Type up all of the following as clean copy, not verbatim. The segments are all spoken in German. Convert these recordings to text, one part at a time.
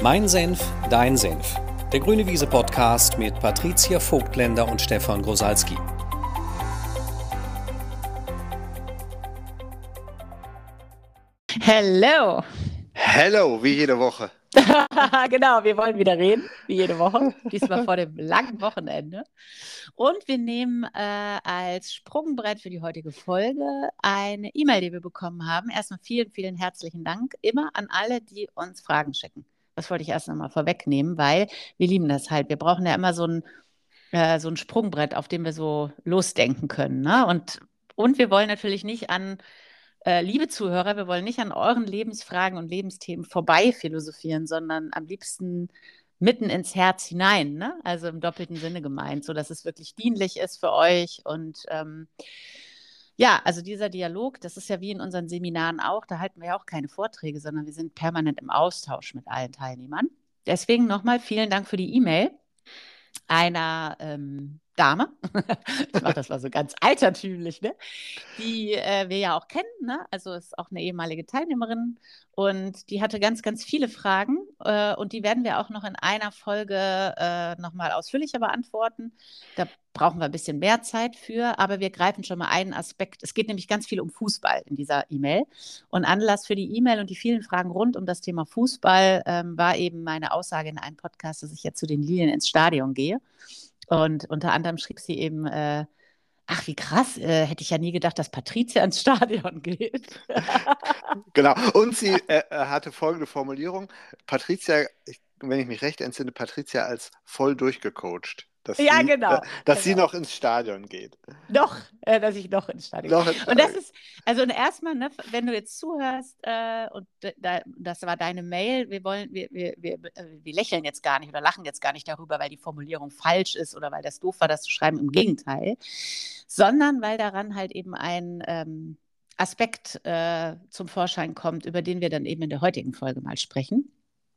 Mein Senf, dein Senf. Der Grüne Wiese Podcast mit Patricia Vogtländer und Stefan Grosalski. Hello. Hello, wie jede Woche. Genau, wir wollen wieder reden, wie jede Woche. Diesmal vor dem langen Wochenende. Und wir nehmen als Sprungbrett für die heutige Folge eine E-Mail, die wir bekommen haben. Erstmal vielen, vielen herzlichen Dank immer an alle, die uns Fragen schicken. Das wollte ich erst nochmal vorwegnehmen, weil wir lieben das halt. Wir brauchen ja immer so ein Sprungbrett, auf dem wir so losdenken können. Ne? Und wir wollen natürlich nicht liebe Zuhörer, wir wollen nicht an euren Lebensfragen und Lebensthemen vorbei philosophieren, sondern am liebsten mitten ins Herz hinein, ne? Also im doppelten Sinne gemeint, sodass es wirklich dienlich ist für euch. Und ja, also dieser Dialog, das ist ja wie in unseren Seminaren auch, da halten wir ja auch keine Vorträge, sondern wir sind permanent im Austausch mit allen Teilnehmern. Deswegen nochmal vielen Dank für die E-Mail einer Dame, ich mache das mal so ganz altertümlich, ne? Die wir ja auch kennen, ne? Also ist auch eine ehemalige Teilnehmerin und die hatte ganz, ganz viele Fragen und die werden wir auch noch in einer Folge nochmal ausführlicher beantworten. Da brauchen wir ein bisschen mehr Zeit für, aber wir greifen schon mal einen Aspekt. Es geht nämlich ganz viel um Fußball in dieser E-Mail und Anlass für die E-Mail und die vielen Fragen rund um das Thema Fußball war eben meine Aussage in einem Podcast, dass ich jetzt zu den Lilien ins Stadion gehe. Und unter anderem schrieb sie eben, ach, wie krass, hätte ich ja nie gedacht, dass Patricia ins Stadion geht. Genau, und sie hatte folgende Formulierung. Patricia, wenn ich mich recht entsinne, Patricia als voll durchgecoacht, Ja, genau. Sie noch ins Stadion geht. Dass ich noch ins Stadion gehe. Und das ist, also erstmal, ne, wenn du jetzt zuhörst und das war deine Mail, wir lächeln jetzt gar nicht oder lachen jetzt gar nicht darüber, weil die Formulierung falsch ist oder weil das doof war, das zu schreiben, im Gegenteil, sondern weil daran halt eben ein Aspekt zum Vorschein kommt, über den wir dann eben in der heutigen Folge mal sprechen,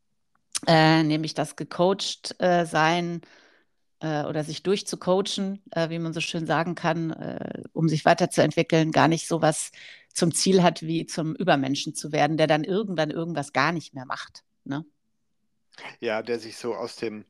nämlich das gecoacht sein oder sich durchzucoachen, wie man so schön sagen kann, um sich weiterzuentwickeln, gar nicht so was zum Ziel hat, wie zum Übermenschen zu werden, der dann irgendwann irgendwas gar nicht mehr macht. Ne? Ja, der sich so aus dem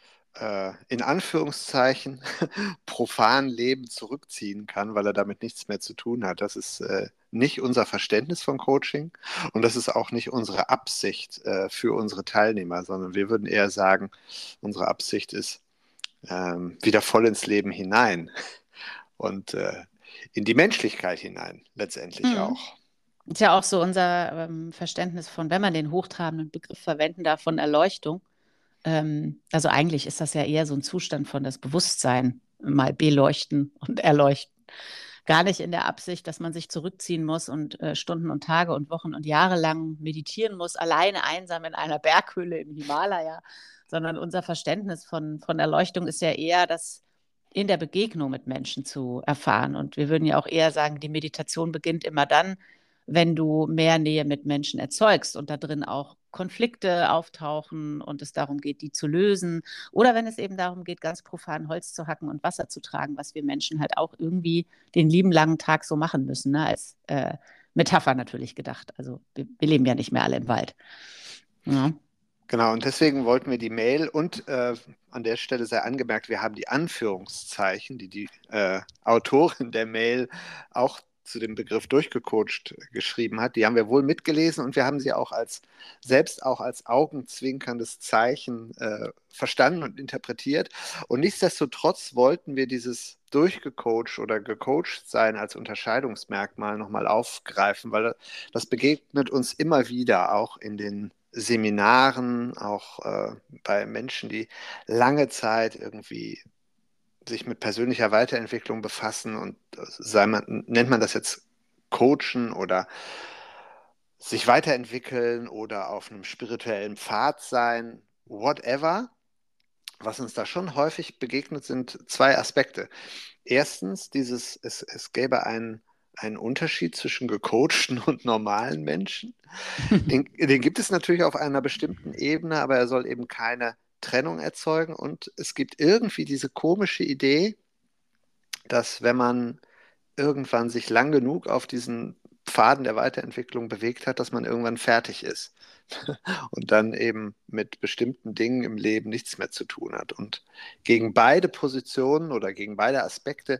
in Anführungszeichen profanen Leben zurückziehen kann, weil er damit nichts mehr zu tun hat. Das ist nicht unser Verständnis von Coaching und das ist auch nicht unsere Absicht für unsere Teilnehmer, sondern wir würden eher sagen, unsere Absicht ist, wieder voll ins Leben hinein und in die Menschlichkeit hinein letztendlich auch. Ist ja auch so unser Verständnis von, wenn man den hochtrabenden Begriff verwenden darf, von Erleuchtung. Also eigentlich ist das ja eher so ein Zustand von das Bewusstsein mal beleuchten und erleuchten. Gar nicht in der Absicht, dass man sich zurückziehen muss und Stunden und Tage und Wochen und Jahre lang meditieren muss, alleine einsam in einer Berghöhle im Himalaya, sondern unser Verständnis von Erleuchtung ist ja eher, das in der Begegnung mit Menschen zu erfahren. Und wir würden ja auch eher sagen, die Meditation beginnt immer dann, wenn du mehr Nähe mit Menschen erzeugst und da drin auch Konflikte auftauchen und es darum geht, die zu lösen. Oder wenn es eben darum geht, ganz profan Holz zu hacken und Wasser zu tragen, was wir Menschen halt auch irgendwie den lieben langen Tag so machen müssen, ne? Als Metapher natürlich gedacht. Also wir leben ja nicht mehr alle im Wald. Ja. Genau, und deswegen wollten wir die Mail und an der Stelle sei angemerkt, wir haben die Anführungszeichen, die Autorin der Mail auch zu dem Begriff durchgecoacht geschrieben hat, die haben wir wohl mitgelesen und wir haben sie auch selbst auch als augenzwinkerndes Zeichen verstanden und interpretiert. Und nichtsdestotrotz wollten wir dieses durchgecoacht oder gecoacht sein als Unterscheidungsmerkmal nochmal aufgreifen, weil das begegnet uns immer wieder, auch in den Seminaren, auch bei Menschen, die lange Zeit irgendwie sich mit persönlicher Weiterentwicklung befassen und nennt man das jetzt Coachen oder sich weiterentwickeln oder auf einem spirituellen Pfad sein, whatever. Was uns da schon häufig begegnet, sind zwei Aspekte. Erstens, es gäbe einen Unterschied zwischen gecoachten und normalen Menschen. Den gibt es natürlich auf einer bestimmten Ebene, aber er soll eben keine Trennung erzeugen. Und es gibt irgendwie diese komische Idee, dass wenn man irgendwann sich lang genug auf diesen Pfaden der Weiterentwicklung bewegt hat, dass man irgendwann fertig ist und dann eben mit bestimmten Dingen im Leben nichts mehr zu tun hat. Und gegen beide Positionen oder gegen beide Aspekte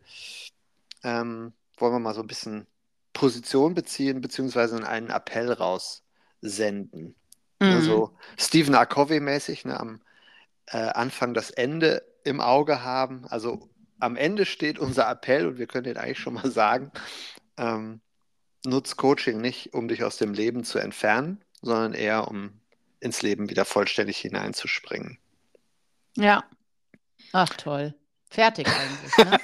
wollen wir mal so ein bisschen Position beziehen, beziehungsweise einen Appell raussenden. Ne, Mhm. so Stephen R. Covey-mäßig, ne, am Anfang das Ende im Auge haben. Also am Ende steht unser Appell und wir können den eigentlich schon mal sagen, ähm, nutz Coaching nicht, um dich aus dem Leben zu entfernen, sondern eher, um ins Leben wieder vollständig hineinzuspringen. Ja, ach toll. Fertig eigentlich, ne?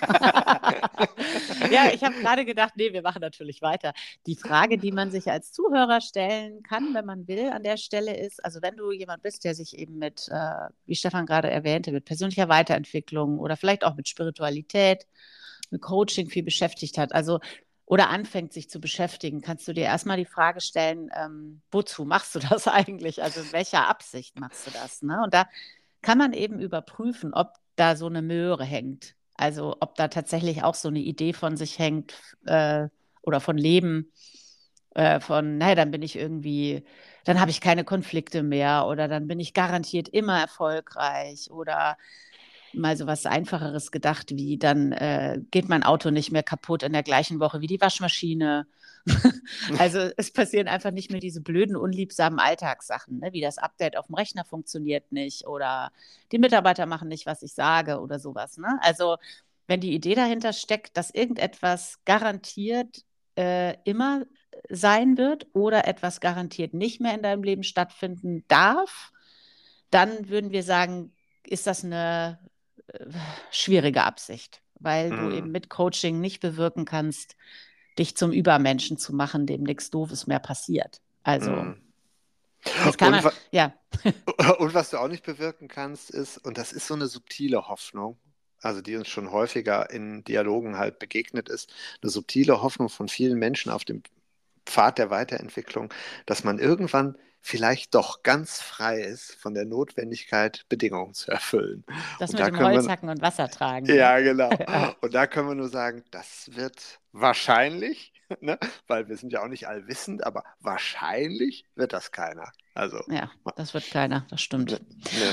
Ja, ich habe gerade gedacht, nee, wir machen natürlich weiter. Die Frage, die man sich als Zuhörer stellen kann, wenn man will, an der Stelle ist, also wenn du jemand bist, der sich eben mit, wie Stefan gerade erwähnte, mit persönlicher Weiterentwicklung oder vielleicht auch mit Spiritualität, mit Coaching viel beschäftigt hat, also oder anfängt sich zu beschäftigen, kannst du dir erstmal die Frage stellen, wozu machst du das eigentlich? Also in welcher Absicht machst du das? Ne? Und da kann man eben überprüfen, ob da so eine Möhre hängt. Also ob da tatsächlich auch so eine Idee von sich hängt oder von Leben, naja, dann bin ich irgendwie, dann habe ich keine Konflikte mehr oder dann bin ich garantiert immer erfolgreich oder mal so was Einfacheres gedacht, wie dann geht mein Auto nicht mehr kaputt in der gleichen Woche wie die Waschmaschine. Also es passieren einfach nicht mehr diese blöden, unliebsamen Alltagssachen, ne? Wie das Update auf dem Rechner funktioniert nicht oder die Mitarbeiter machen nicht, was ich sage oder sowas. Ne? Also wenn die Idee dahinter steckt, dass irgendetwas garantiert immer sein wird oder etwas garantiert nicht mehr in deinem Leben stattfinden darf, dann würden wir sagen, ist das eine äh, schwierige Absicht, weil du eben Mm, mit Coaching nicht bewirken kannst, dich zum Übermenschen zu machen, dem nichts Doofes mehr passiert. Also, mm. jetzt kann Und, man, ja, und was du auch nicht bewirken kannst, ist, und das ist so eine subtile Hoffnung, also die uns schon häufiger in Dialogen halt begegnet ist, eine subtile Hoffnung von vielen Menschen auf dem Pfad der Weiterentwicklung, dass man irgendwann vielleicht doch ganz frei ist von der Notwendigkeit, Bedingungen zu erfüllen. das Und mit da dem können wir, Holzhacken und Wasser tragen, ne? ja, genau. Und da können wir nur sagen, das wird wahrscheinlich, ne, weil wir sind ja auch nicht allwissend, aber wahrscheinlich wird das keiner. Also, Ja, das wird keiner, das ne, stimmt. ne.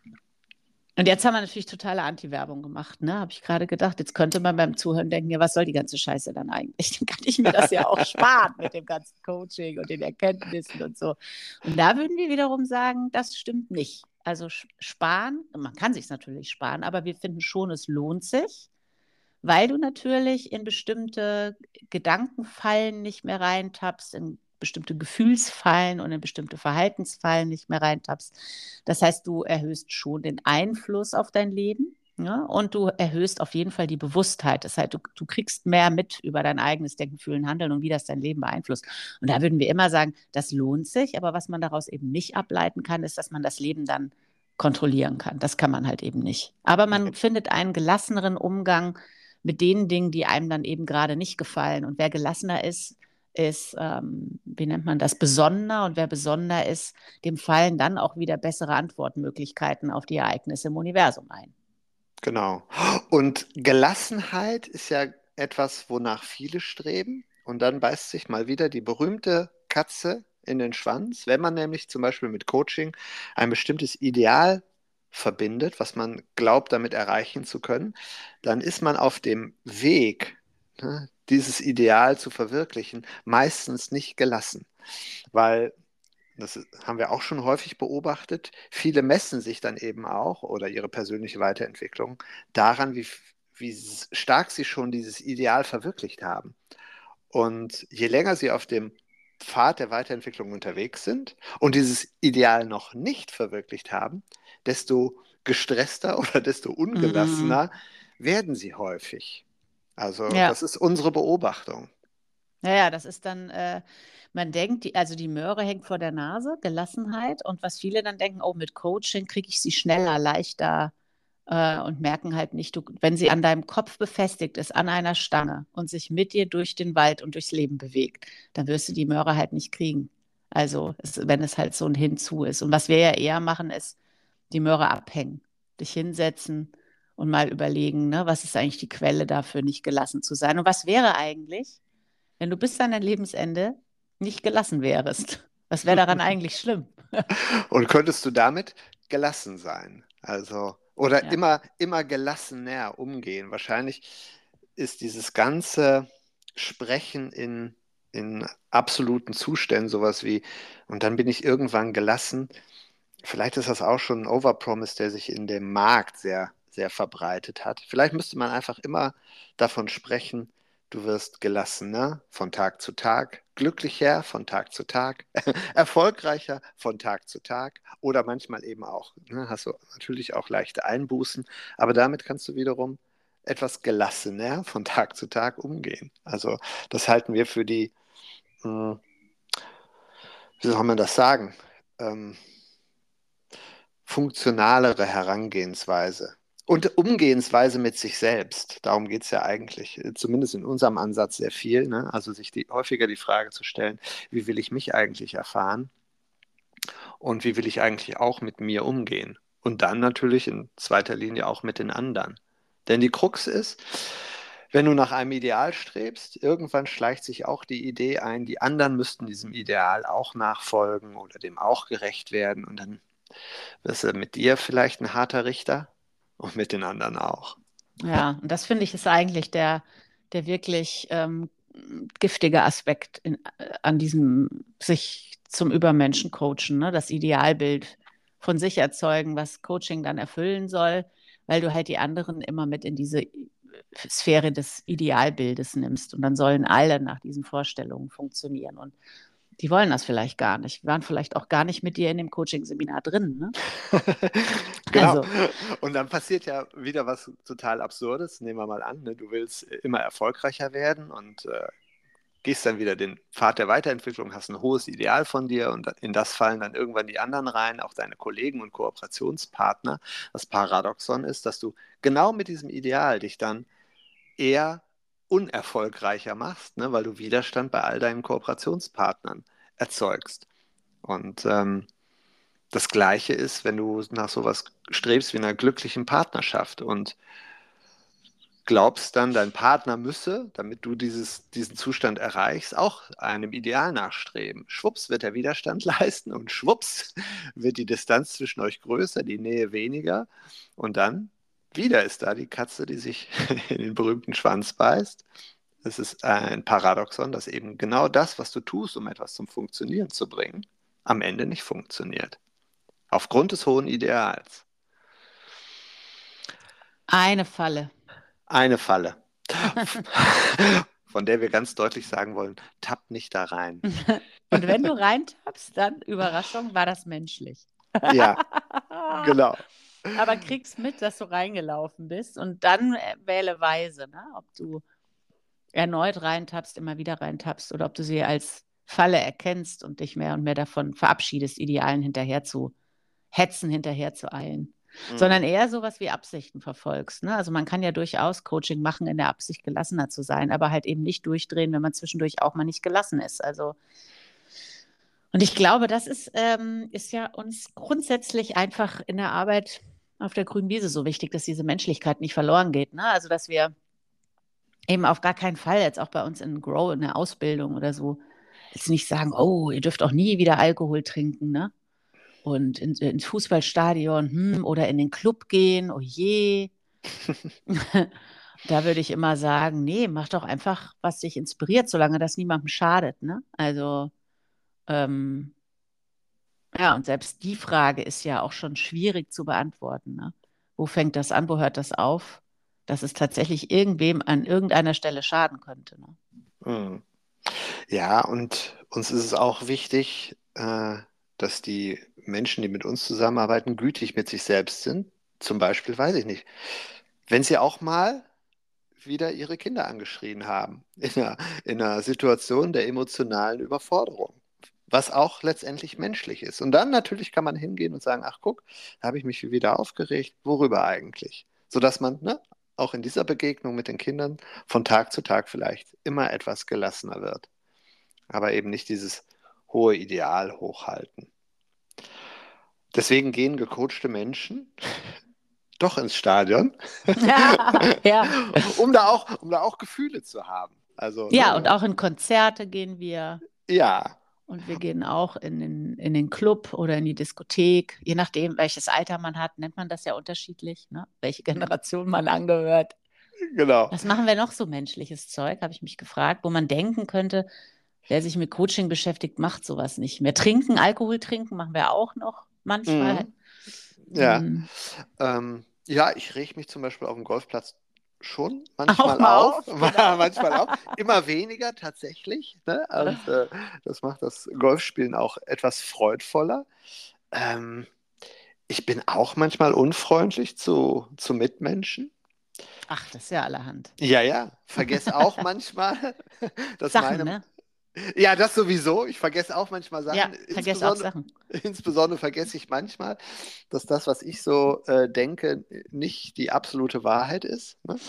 Und jetzt haben wir natürlich totale Anti-Werbung gemacht, ne? Habe ich gerade gedacht. Jetzt könnte man beim Zuhören denken, ja, was soll die ganze Scheiße dann eigentlich? Dann kann ich mir das ja auch sparen mit dem ganzen Coaching und den Erkenntnissen und so. Und da würden wir wiederum sagen, das stimmt nicht. Also sparen, man kann sich natürlich sparen, aber wir finden schon, es lohnt sich, weil du natürlich in bestimmte Gedankenfallen nicht mehr reintappst, in bestimmte Gefühlsfallen und in bestimmte Verhaltensfallen nicht mehr reintappst. Das heißt, du erhöhst schon den Einfluss auf dein Leben. Ja, und du erhöhst auf jeden Fall die Bewusstheit. Das heißt, du kriegst mehr mit über dein eigenes Denken, Fühlen, Handeln und wie das dein Leben beeinflusst. Und da würden wir immer sagen, das lohnt sich, aber was man daraus eben nicht ableiten kann, ist, dass man das Leben dann kontrollieren kann. Das kann man halt eben nicht. Aber man findet einen gelasseneren Umgang mit den Dingen, die einem dann eben gerade nicht gefallen. Und wer gelassener ist, wie nennt man das, besonnener. Und wer besonnener ist, dem fallen dann auch wieder bessere Antwortmöglichkeiten auf die Ereignisse im Universum ein. Genau. Und Gelassenheit ist ja etwas, wonach viele streben. Und dann beißt sich mal wieder die berühmte Katze in den Schwanz, wenn man nämlich zum Beispiel mit Coaching ein bestimmtes Ideal verbindet, was man glaubt, damit erreichen zu können, dann ist man auf dem Weg, ne, dieses Ideal zu verwirklichen, meistens nicht gelassen. Weil haben wir auch schon häufig beobachtet. Viele messen sich dann eben auch oder ihre persönliche Weiterentwicklung daran, wie stark sie schon dieses Ideal verwirklicht haben. Und je länger sie auf dem Pfad der Weiterentwicklung unterwegs sind und dieses Ideal noch nicht verwirklicht haben, desto gestresster oder desto Mhm. ungelassener werden sie häufig. Also Ja. das ist unsere Beobachtung. Ja, das ist dann, man denkt, also die Möhre hängt vor der Nase, Gelassenheit. Und was viele dann denken, oh, mit Coaching kriege ich sie schneller, leichter und merken halt nicht, wenn sie an deinem Kopf befestigt ist, an einer Stange und sich mit dir durch den Wald und durchs Leben bewegt, dann wirst du die Möhre halt nicht kriegen. Also, wenn es halt so ein Hinzu ist. Und was wir ja eher machen, ist die Möhre abhängen, dich hinsetzen und mal überlegen, ne, was ist eigentlich die Quelle dafür, nicht gelassen zu sein? Und was wäre eigentlich, wenn du bis an dein Lebensende nicht gelassen wärst? Was wäre daran eigentlich schlimm? Und könntest du damit gelassen sein? Also, oder Ja. immer gelassener umgehen. Wahrscheinlich ist dieses ganze Sprechen in absoluten Zuständen sowas wie, und dann bin ich irgendwann gelassen. Vielleicht ist das auch schon ein Overpromise, der sich in dem Markt sehr, sehr verbreitet hat. Vielleicht müsste man einfach immer davon sprechen, du wirst gelassener von Tag zu Tag, glücklicher von Tag zu Tag, erfolgreicher von Tag zu Tag oder manchmal eben auch, ne, hast du natürlich auch leichte Einbußen, aber damit kannst du wiederum etwas gelassener von Tag zu Tag umgehen. Also das halten wir für die, wie soll man das sagen, ähm, funktionalere Herangehensweise. Und Umgehensweise mit sich selbst. Darum geht es ja eigentlich, zumindest in unserem Ansatz sehr viel. Ne? Also sich häufiger die Frage zu stellen, wie will ich mich eigentlich erfahren und wie will ich eigentlich auch mit mir umgehen? Und dann natürlich in zweiter Linie auch mit den anderen. Denn die Krux ist, wenn du nach einem Ideal strebst, irgendwann schleicht sich auch die Idee ein, die anderen müssten diesem Ideal auch nachfolgen oder dem auch gerecht werden. Und dann wirst du mit dir vielleicht ein harter Richter und mit den anderen auch. Ja, und das finde ich ist eigentlich der wirklich giftige Aspekt an diesem sich zum Übermenschen coachen, ne? Das Idealbild von sich erzeugen, was Coaching dann erfüllen soll, weil du halt die anderen immer mit in diese Sphäre des Idealbildes nimmst und dann sollen alle nach diesen Vorstellungen funktionieren und die wollen das vielleicht gar nicht. Die waren vielleicht auch gar nicht mit dir in dem Coaching-Seminar drin, ne? Genau. Also, Und dann passiert ja wieder was total Absurdes. Nehmen wir mal an, ne? Du willst immer erfolgreicher werden und gehst dann wieder den Pfad der Weiterentwicklung, hast ein hohes Ideal von dir und in das fallen dann irgendwann die anderen rein, auch deine Kollegen und Kooperationspartner. Das Paradoxon ist, dass du genau mit diesem Ideal dich dann eher unerfolgreicher machst, ne, weil du Widerstand bei all deinen Kooperationspartnern erzeugst. Und das Gleiche ist, wenn du nach sowas strebst wie einer glücklichen Partnerschaft und glaubst dann, dein Partner müsse, damit du diesen Zustand erreichst, auch einem Ideal nachstreben. Schwupps wird er Widerstand leisten und schwupps wird die Distanz zwischen euch größer, die Nähe weniger. Und dann wieder ist da die Katze, die sich in den berühmten Schwanz beißt. Es ist ein Paradoxon, dass eben genau das, was du tust, um etwas zum Funktionieren zu bringen, am Ende nicht funktioniert. Aufgrund des hohen Ideals. eine Falle. Eine Falle, von der wir ganz deutlich sagen wollen, tapp nicht da rein. Und wenn du reintappst, dann, Überraschung, war das menschlich. Ja, genau. Aber kriegst mit, dass du reingelaufen bist und dann wähle weise, ne? Ob du erneut reintappst, immer wieder reintappst oder ob du sie als Falle erkennst und dich mehr und mehr davon verabschiedest, Idealen hinterher zu hetzen, hinterher zu eilen. Sondern eher sowas wie Absichten verfolgst. Ne? Also man kann ja durchaus Coaching machen in der Absicht, gelassener zu sein, aber halt eben nicht durchdrehen, wenn man zwischendurch auch mal nicht gelassen ist. Also, und ich glaube, das ist ja uns grundsätzlich einfach in der Arbeit auf der grünen Wiese so wichtig, dass diese Menschlichkeit nicht verloren geht. Ne? Also dass wir eben auf gar keinen Fall jetzt auch bei uns in Grow, in der Ausbildung oder so, jetzt nicht sagen, oh, ihr dürft auch nie wieder Alkohol trinken, ne? Und ins Fußballstadion oder in den Club gehen, oh je. Da würde ich immer sagen, nee, mach doch einfach, was dich inspiriert, solange das niemandem schadet, ne? Also, ja, und selbst die Frage ist ja auch schon schwierig zu beantworten, ne? Wo fängt das an, wo hört das auf? Dass es tatsächlich irgendwem an irgendeiner Stelle schaden könnte, ne? Mhm. Ja, und uns ist es auch wichtig, dass die Menschen, die mit uns zusammenarbeiten, gütig mit sich selbst sind. Zum Beispiel, weiß ich nicht, wenn sie auch mal wieder ihre Kinder angeschrien haben, in einer Situation der emotionalen Überforderung, was auch letztendlich menschlich ist. Und dann natürlich kann man hingehen und sagen, ach guck, da habe ich mich wieder aufgeregt, worüber eigentlich? Sodass man, ne, auch in dieser Begegnung mit den Kindern von Tag zu Tag vielleicht immer etwas gelassener wird, aber eben nicht dieses hohe Ideal hochhalten. Deswegen gehen gecoachte Menschen doch ins Stadion, Ja, ja. um da auch Gefühle zu haben. Also, Ja, und ne? auch in Konzerte gehen wir. Ja, Und wir gehen auch in den Club oder in die Diskothek. Je nachdem, welches Alter man hat, nennt man das ja unterschiedlich, ne? Welche Generation man angehört. genau. Was machen wir noch so menschliches Zeug, habe ich mich gefragt, wo man denken könnte, wer sich mit Coaching beschäftigt, macht sowas nicht mehr. Trinken, Alkohol trinken machen wir auch noch manchmal. Mhm. Ja. Hm. Ja, ich reg mich zum Beispiel auf dem Golfplatz schon Auch manchmal mal auf, auf, genau. manchmal auch, immer weniger tatsächlich, ne? Und das macht das Golfspielen auch etwas freudvoller. Ähm, Ich bin auch manchmal unfreundlich zu Mitmenschen. Ach, das ist ja allerhand. Ja, ja, vergesse auch manchmal, dass Sachen, meine. ne? Ja, das sowieso. Ich vergesse auch manchmal Ja, Sachen. vergesst auch Sachen. Insbesondere vergesse ich manchmal, dass das, was ich so denke, nicht die absolute Wahrheit ist. Ne?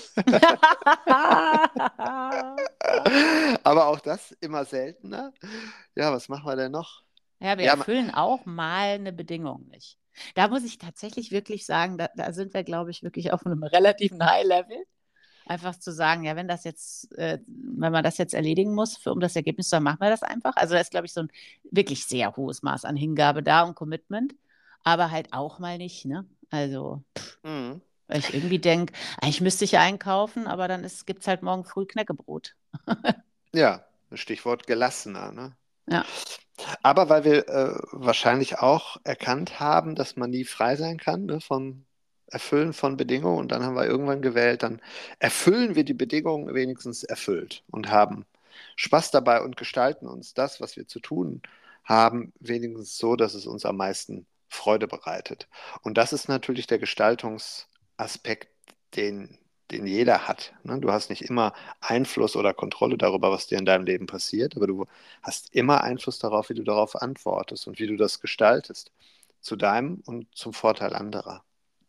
Aber auch das immer seltener. Ja, was machen wir denn noch? Ja, wir Ja, erfüllen auch mal eine Bedingung nicht. Da muss ich tatsächlich wirklich sagen, da sind wir, glaube ich, wirklich auf einem relativen High-Level. Einfach zu sagen, ja, wenn man das jetzt erledigen muss, um das Ergebnis zu haben, machen wir das einfach. Also da ist, glaube ich, so ein wirklich sehr hohes Maß an Hingabe da und Commitment, aber halt auch mal nicht, ne? Also, mhm. weil ich irgendwie denke, eigentlich müsste ich ja einkaufen, aber dann gibt es halt morgen früh Knäckebrot. Ja, Stichwort gelassener. Ne? Ja. Aber weil wir wahrscheinlich auch erkannt haben, dass man nie frei sein kann, ne, vom Erfüllen von Bedingungen. Und dann haben wir irgendwann gewählt, dann erfüllen wir die Bedingungen wenigstens erfüllt und haben Spaß dabei und gestalten uns das, was wir zu tun haben, wenigstens so, dass es uns am meisten Freude bereitet. Und das ist natürlich der Gestaltungsaspekt, den jeder hat. Ne? Du hast nicht immer Einfluss oder Kontrolle darüber, was dir in deinem Leben passiert, aber du hast immer Einfluss darauf, wie du darauf antwortest und wie du das gestaltest. Zu deinem und zum Vorteil anderer.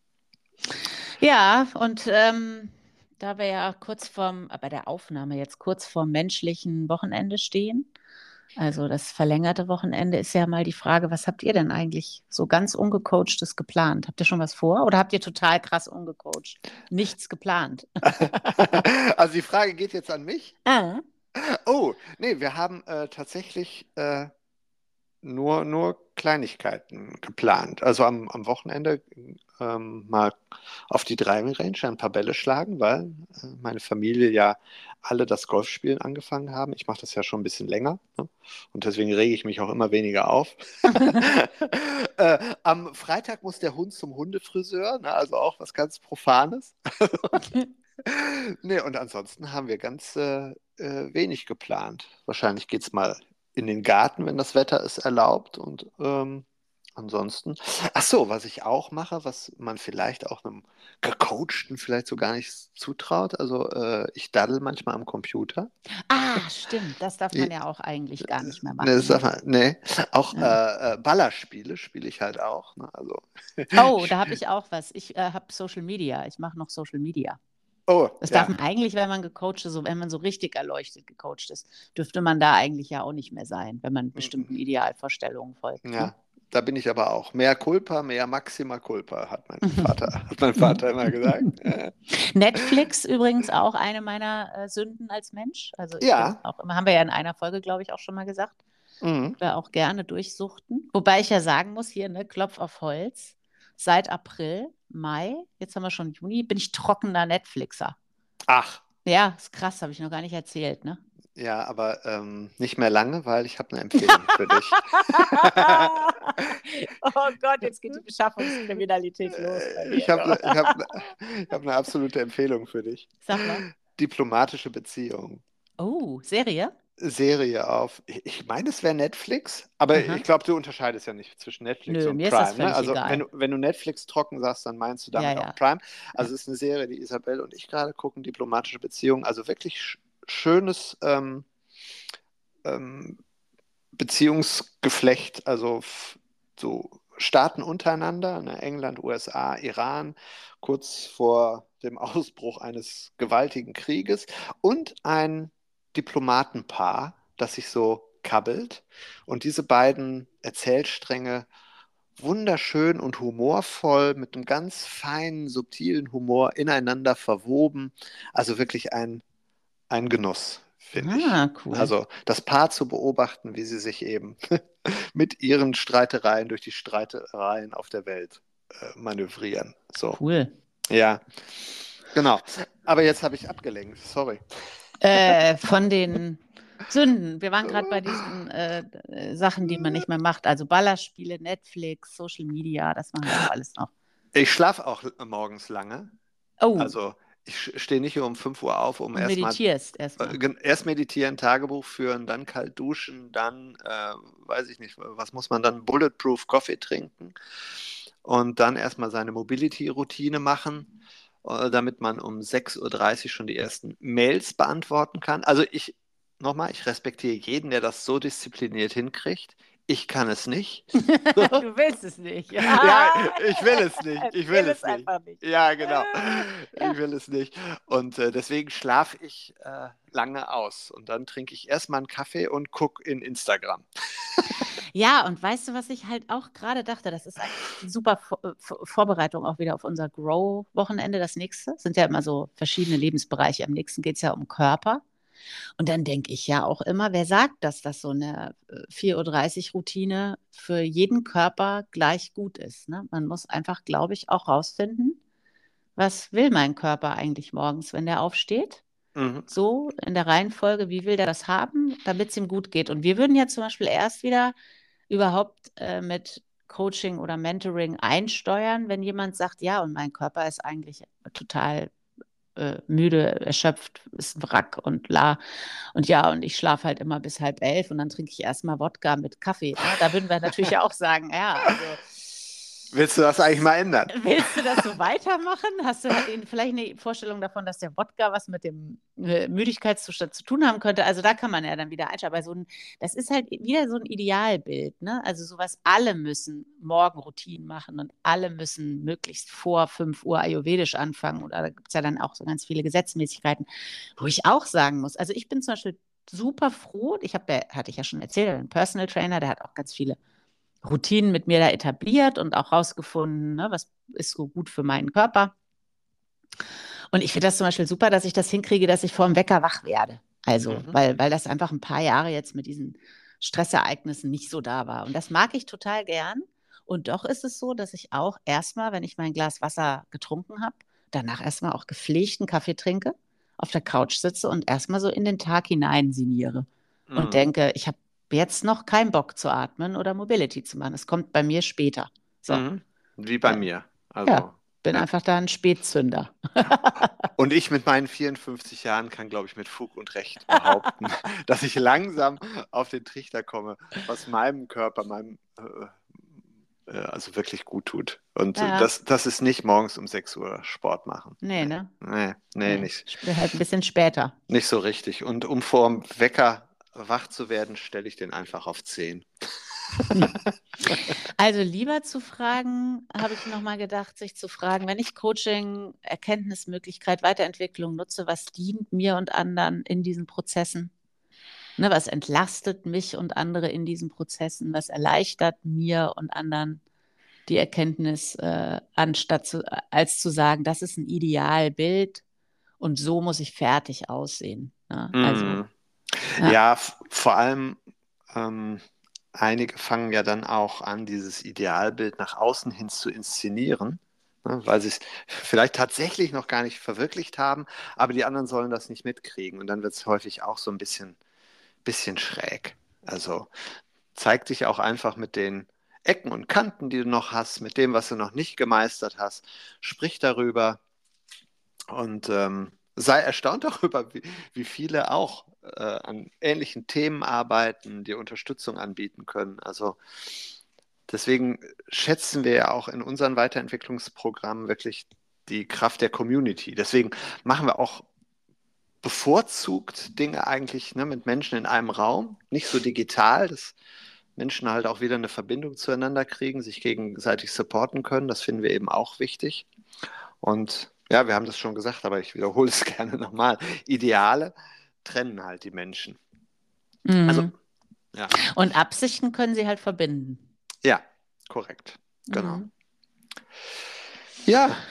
Ja, und da wir ja bei der Aufnahme jetzt kurz vorm menschlichen Wochenende stehen, also das verlängerte Wochenende, ist ja mal die Frage, was habt ihr denn eigentlich so ganz ungecoachtes geplant? Habt ihr schon was vor oder habt ihr total krass ungecoacht? Nichts geplant. Also die Frage geht jetzt an mich. Ah. Oh, nee, wir haben tatsächlich nur Kleinigkeiten geplant. Also am Wochenende mal auf die Driving Range ein paar Bälle schlagen, weil meine Familie ja alle das Golfspielen angefangen haben. Ich mache das ja schon ein bisschen länger, ne? Und deswegen rege ich mich auch immer weniger auf. Am Freitag muss der Hund zum Hundefriseur, ne? Also auch was ganz Profanes. Nee, und ansonsten haben wir ganz wenig geplant. Wahrscheinlich geht es mal in den Garten, wenn das Wetter es erlaubt. Und ansonsten. Ach so, was ich auch mache, was man vielleicht auch einem Gecoachten vielleicht so gar nicht zutraut. Also ich daddel manchmal am Computer. Ah, stimmt, das darf man Die- ja auch eigentlich gar nicht mehr Ne, machen, ne? sag mal, nee. Auch Ja. Ballerspiele spiele ich halt auch. Ne? Also, Oh, da habe ich auch was. Ich habe Social Media. Ich mache noch Social Media. oh, Das darf ja. man eigentlich, wenn man gecoacht ist, so wenn man so richtig erleuchtet gecoacht ist, dürfte man da eigentlich ja auch nicht mehr sein, wenn man bestimmten Idealvorstellungen folgt. Ne? Ja, da bin ich aber auch. Mehr Culpa, mehr Maxima Culpa, hat mein Vater immer gesagt. Netflix übrigens auch eine meiner Sünden als Mensch. Also ich bin Ja. auch immer, haben wir ja in einer Folge, glaube ich, auch schon mal gesagt, Mhm. da auch gerne durchsuchten. Wobei ich ja sagen muss, hier, ne, Klopf auf Holz, seit April, Mai, jetzt haben wir schon Juni, bin ich trockener Netflixer. Ach, Ja, ist krass, habe ich noch gar nicht erzählt, ne? ja, aber nicht mehr lange, weil ich habe eine Empfehlung für dich. Oh Gott, jetzt geht die Beschaffungskriminalität los bei mir. Ich hab eine absolute Empfehlung für dich. Sag mal. Diplomatische Beziehung. Oh, Serie? Serie auf, ich meine, es wäre Netflix, aber Aha. ich glaube, du unterscheidest ja nicht zwischen Netflix Nö, und mir ist das Prime. Ne? völlig Also, egal. wenn du Netflix trocken sagst, dann meinst du Ja, damit auch ja. Prime. Also, Ja. es ist eine Serie, die Isabel und ich gerade gucken, diplomatische Beziehungen. Also, wirklich schönes ähm, Beziehungsgeflecht, also so Staaten untereinander, ne? England, USA, Iran, kurz vor dem Ausbruch eines gewaltigen Krieges und ein Diplomatenpaar, das sich so kabbelt. Und diese beiden Erzählstränge wunderschön und humorvoll mit einem ganz feinen, subtilen Humor ineinander verwoben. Also wirklich ein Genuss. finde ich. Cool. Also das Paar zu beobachten, wie sie sich eben mit ihren Streitereien durch die Streitereien auf der Welt manövrieren. So, Cool. ja, genau. Aber jetzt habe ich abgelenkt, sorry. Von den Sünden. Wir waren gerade bei diesen Sachen, die man nicht mehr macht. Also Ballerspiele, Netflix, Social Media, das machen wir auch alles noch. Ich schlafe auch morgens lange. Oh, Also ich stehe nicht um 5 Uhr auf, um und meditierst erstmal. erst meditieren, Tagebuch führen, dann kalt duschen, dann, weiß ich nicht, was muss man dann, Bulletproof Coffee trinken und dann erstmal seine Mobility-Routine machen, damit man um 6:30 Uhr schon die ersten Mails beantworten kann. Also ich respektiere jeden, der das so diszipliniert hinkriegt. Ich kann es nicht. Du willst es nicht. Ja, ich will es nicht. Ich will es nicht. einfach nicht. Ja, genau. Ja. Ich will es nicht. Und deswegen schlafe ich lange aus. Und dann trinke ich erstmal einen Kaffee und gucke in Instagram. Ja, und weißt du, was ich halt auch gerade dachte? Das ist eigentlich die super Vorbereitung auch wieder auf unser Grow-Wochenende, das nächste. Das sind ja immer so verschiedene Lebensbereiche. Am nächsten geht es ja um Körper. Und dann denke ich ja auch immer, wer sagt, dass das so eine 4:30 Uhr Routine für jeden Körper gleich gut ist, ne? Man muss einfach, glaube ich, auch rausfinden, was will mein Körper eigentlich morgens, wenn der aufsteht? Mhm. So in der Reihenfolge, wie will der das haben, damit es ihm gut geht? Und wir würden ja zum Beispiel erst wieder überhaupt mit Coaching oder Mentoring einsteuern, wenn jemand sagt, ja, und mein Körper ist eigentlich total müde, erschöpft, ist ein Wrack und la. Und ja, und ich schlafe halt immer bis 10:30 und dann trinke ich erstmal Wodka mit Kaffee. Ne? Da würden wir natürlich auch sagen, ja, also Willst du das eigentlich mal ändern? willst du das so weitermachen? Hast du vielleicht eine Vorstellung davon, dass der Wodka was mit dem Müdigkeitszustand zu tun haben könnte? Also da kann man ja dann wieder einsteigen. Aber das ist halt wieder so ein Idealbild. Ne? Also sowas, alle müssen Morgenroutinen machen und alle müssen möglichst vor 5 Uhr ayurvedisch anfangen. Oder da gibt es ja dann auch so ganz viele Gesetzmäßigkeiten, wo ich auch sagen muss, also ich bin zum Beispiel super froh, hatte ich ja schon erzählt, einen Personal Trainer, der hat auch ganz viele Routinen mit mir da etabliert und auch rausgefunden, ne, was ist so gut für meinen Körper. Und ich finde das zum Beispiel super, dass ich das hinkriege, dass ich vor dem Wecker wach werde. Also, weil das einfach ein paar Jahre jetzt mit diesen Stressereignissen nicht so da war. Und das mag ich total gern. Und doch ist es so, dass ich auch erstmal, wenn ich mein Glas Wasser getrunken habe, danach erstmal auch gepflegten Kaffee trinke, auf der Couch sitze und erstmal so in den Tag hinein sinniere und denke, ich habe jetzt noch keinen Bock zu atmen oder Mobility zu machen. Es kommt bei mir später. So. Mhm. Wie bei mir. Also, Ja, bin einfach da ein Spätzünder. Und ich mit meinen 54 Jahren kann, glaube ich, mit Fug und Recht behaupten, dass ich langsam auf den Trichter komme, was meinem Körper, also wirklich gut tut. Und Ja. das ist nicht morgens um 6 Uhr Sport machen. Nee, ne? Nee, nicht. Halt ein bisschen später. Nicht so richtig. Und um vor dem Wecker wach zu werden, stelle ich den einfach auf 10. Also lieber zu fragen, habe ich nochmal gedacht, sich zu fragen, wenn ich Coaching, Erkenntnismöglichkeit, Weiterentwicklung nutze, was dient mir und anderen in diesen Prozessen? Ne, was entlastet mich und andere in diesen Prozessen? Was erleichtert mir und anderen die Erkenntnis, als zu sagen, das ist ein Idealbild und so muss ich fertig aussehen. Ne? Also, Ja, vor allem einige fangen ja dann auch an, dieses Idealbild nach außen hin zu inszenieren, ne, weil sie es vielleicht tatsächlich noch gar nicht verwirklicht haben, aber die anderen sollen das nicht mitkriegen. Und dann wird es häufig auch so ein bisschen schräg. Also zeig dich auch einfach mit den Ecken und Kanten, die du noch hast, mit dem, was du noch nicht gemeistert hast. Sprich darüber und sei erstaunt darüber, wie viele auch an ähnlichen Themen arbeiten, dir Unterstützung anbieten können. Also deswegen schätzen wir ja auch in unseren Weiterentwicklungsprogrammen wirklich die Kraft der Community. Deswegen machen wir auch bevorzugt Dinge eigentlich, ne, mit Menschen in einem Raum, nicht so digital, dass Menschen halt auch wieder eine Verbindung zueinander kriegen, sich gegenseitig supporten können. Das finden wir eben auch wichtig. Und ja, wir haben das schon gesagt, aber ich wiederhole es gerne nochmal. Ideale trennen halt die Menschen. Also, ja. Und Absichten können sie halt verbinden. Ja, korrekt. Genau. Ja,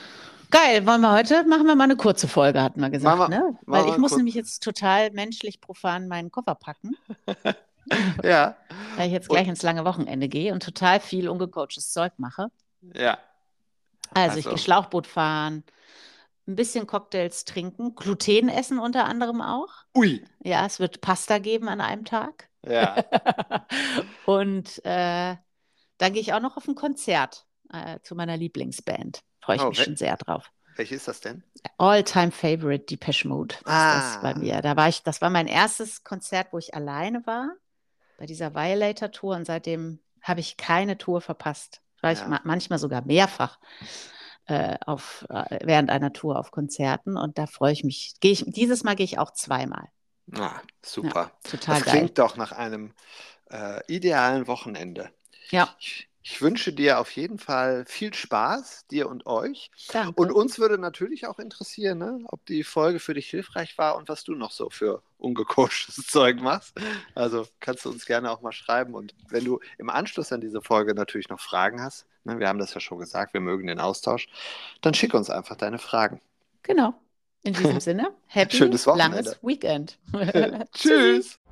Geil, machen wir mal eine kurze Folge, hatten wir gesagt, Machen wir, ne? Weil machen ich wir muss kurz. nämlich jetzt total menschlich profan meinen Koffer packen, Ja. weil ich jetzt Und, gleich ins lange Wochenende gehe und total viel ungecoachtes Zeug mache. ja. Also ich gehe Also, Schlauchboot fahren, ein bisschen Cocktails trinken, Gluten essen unter anderem auch. ui. Ja, es wird Pasta geben an einem Tag. Ja. Und dann gehe ich auch noch auf ein Konzert zu meiner Lieblingsband. Freue ich Oh, mich schon sehr drauf. welche ist das denn? All-Time Favorite Depeche Mode ist das bei Ah, mir. Das war mein erstes Konzert, wo ich alleine war, bei dieser Violator-Tour und seitdem habe ich keine Tour verpasst. War ich ja. manchmal sogar mehrfach während einer Tour auf Konzerten und da freue ich mich. Dieses Mal gehe ich auch zweimal. Ah, Ja, super. total Das geil. klingt doch nach einem idealen Wochenende. Ja, Ich wünsche dir auf jeden Fall viel Spaß, dir und euch. danke. Und uns würde natürlich auch interessieren, ne, ob die Folge für dich hilfreich war und was du noch so für ungecoachtes Zeug machst. Also kannst du uns gerne auch mal schreiben. Und wenn du im Anschluss an diese Folge natürlich noch Fragen hast, ne, wir haben das ja schon gesagt, wir mögen den Austausch, dann schick uns einfach deine Fragen. Genau. In diesem Sinne, happy Schönes langes Wochenende. Weekend. Tschüssi. Tschüss.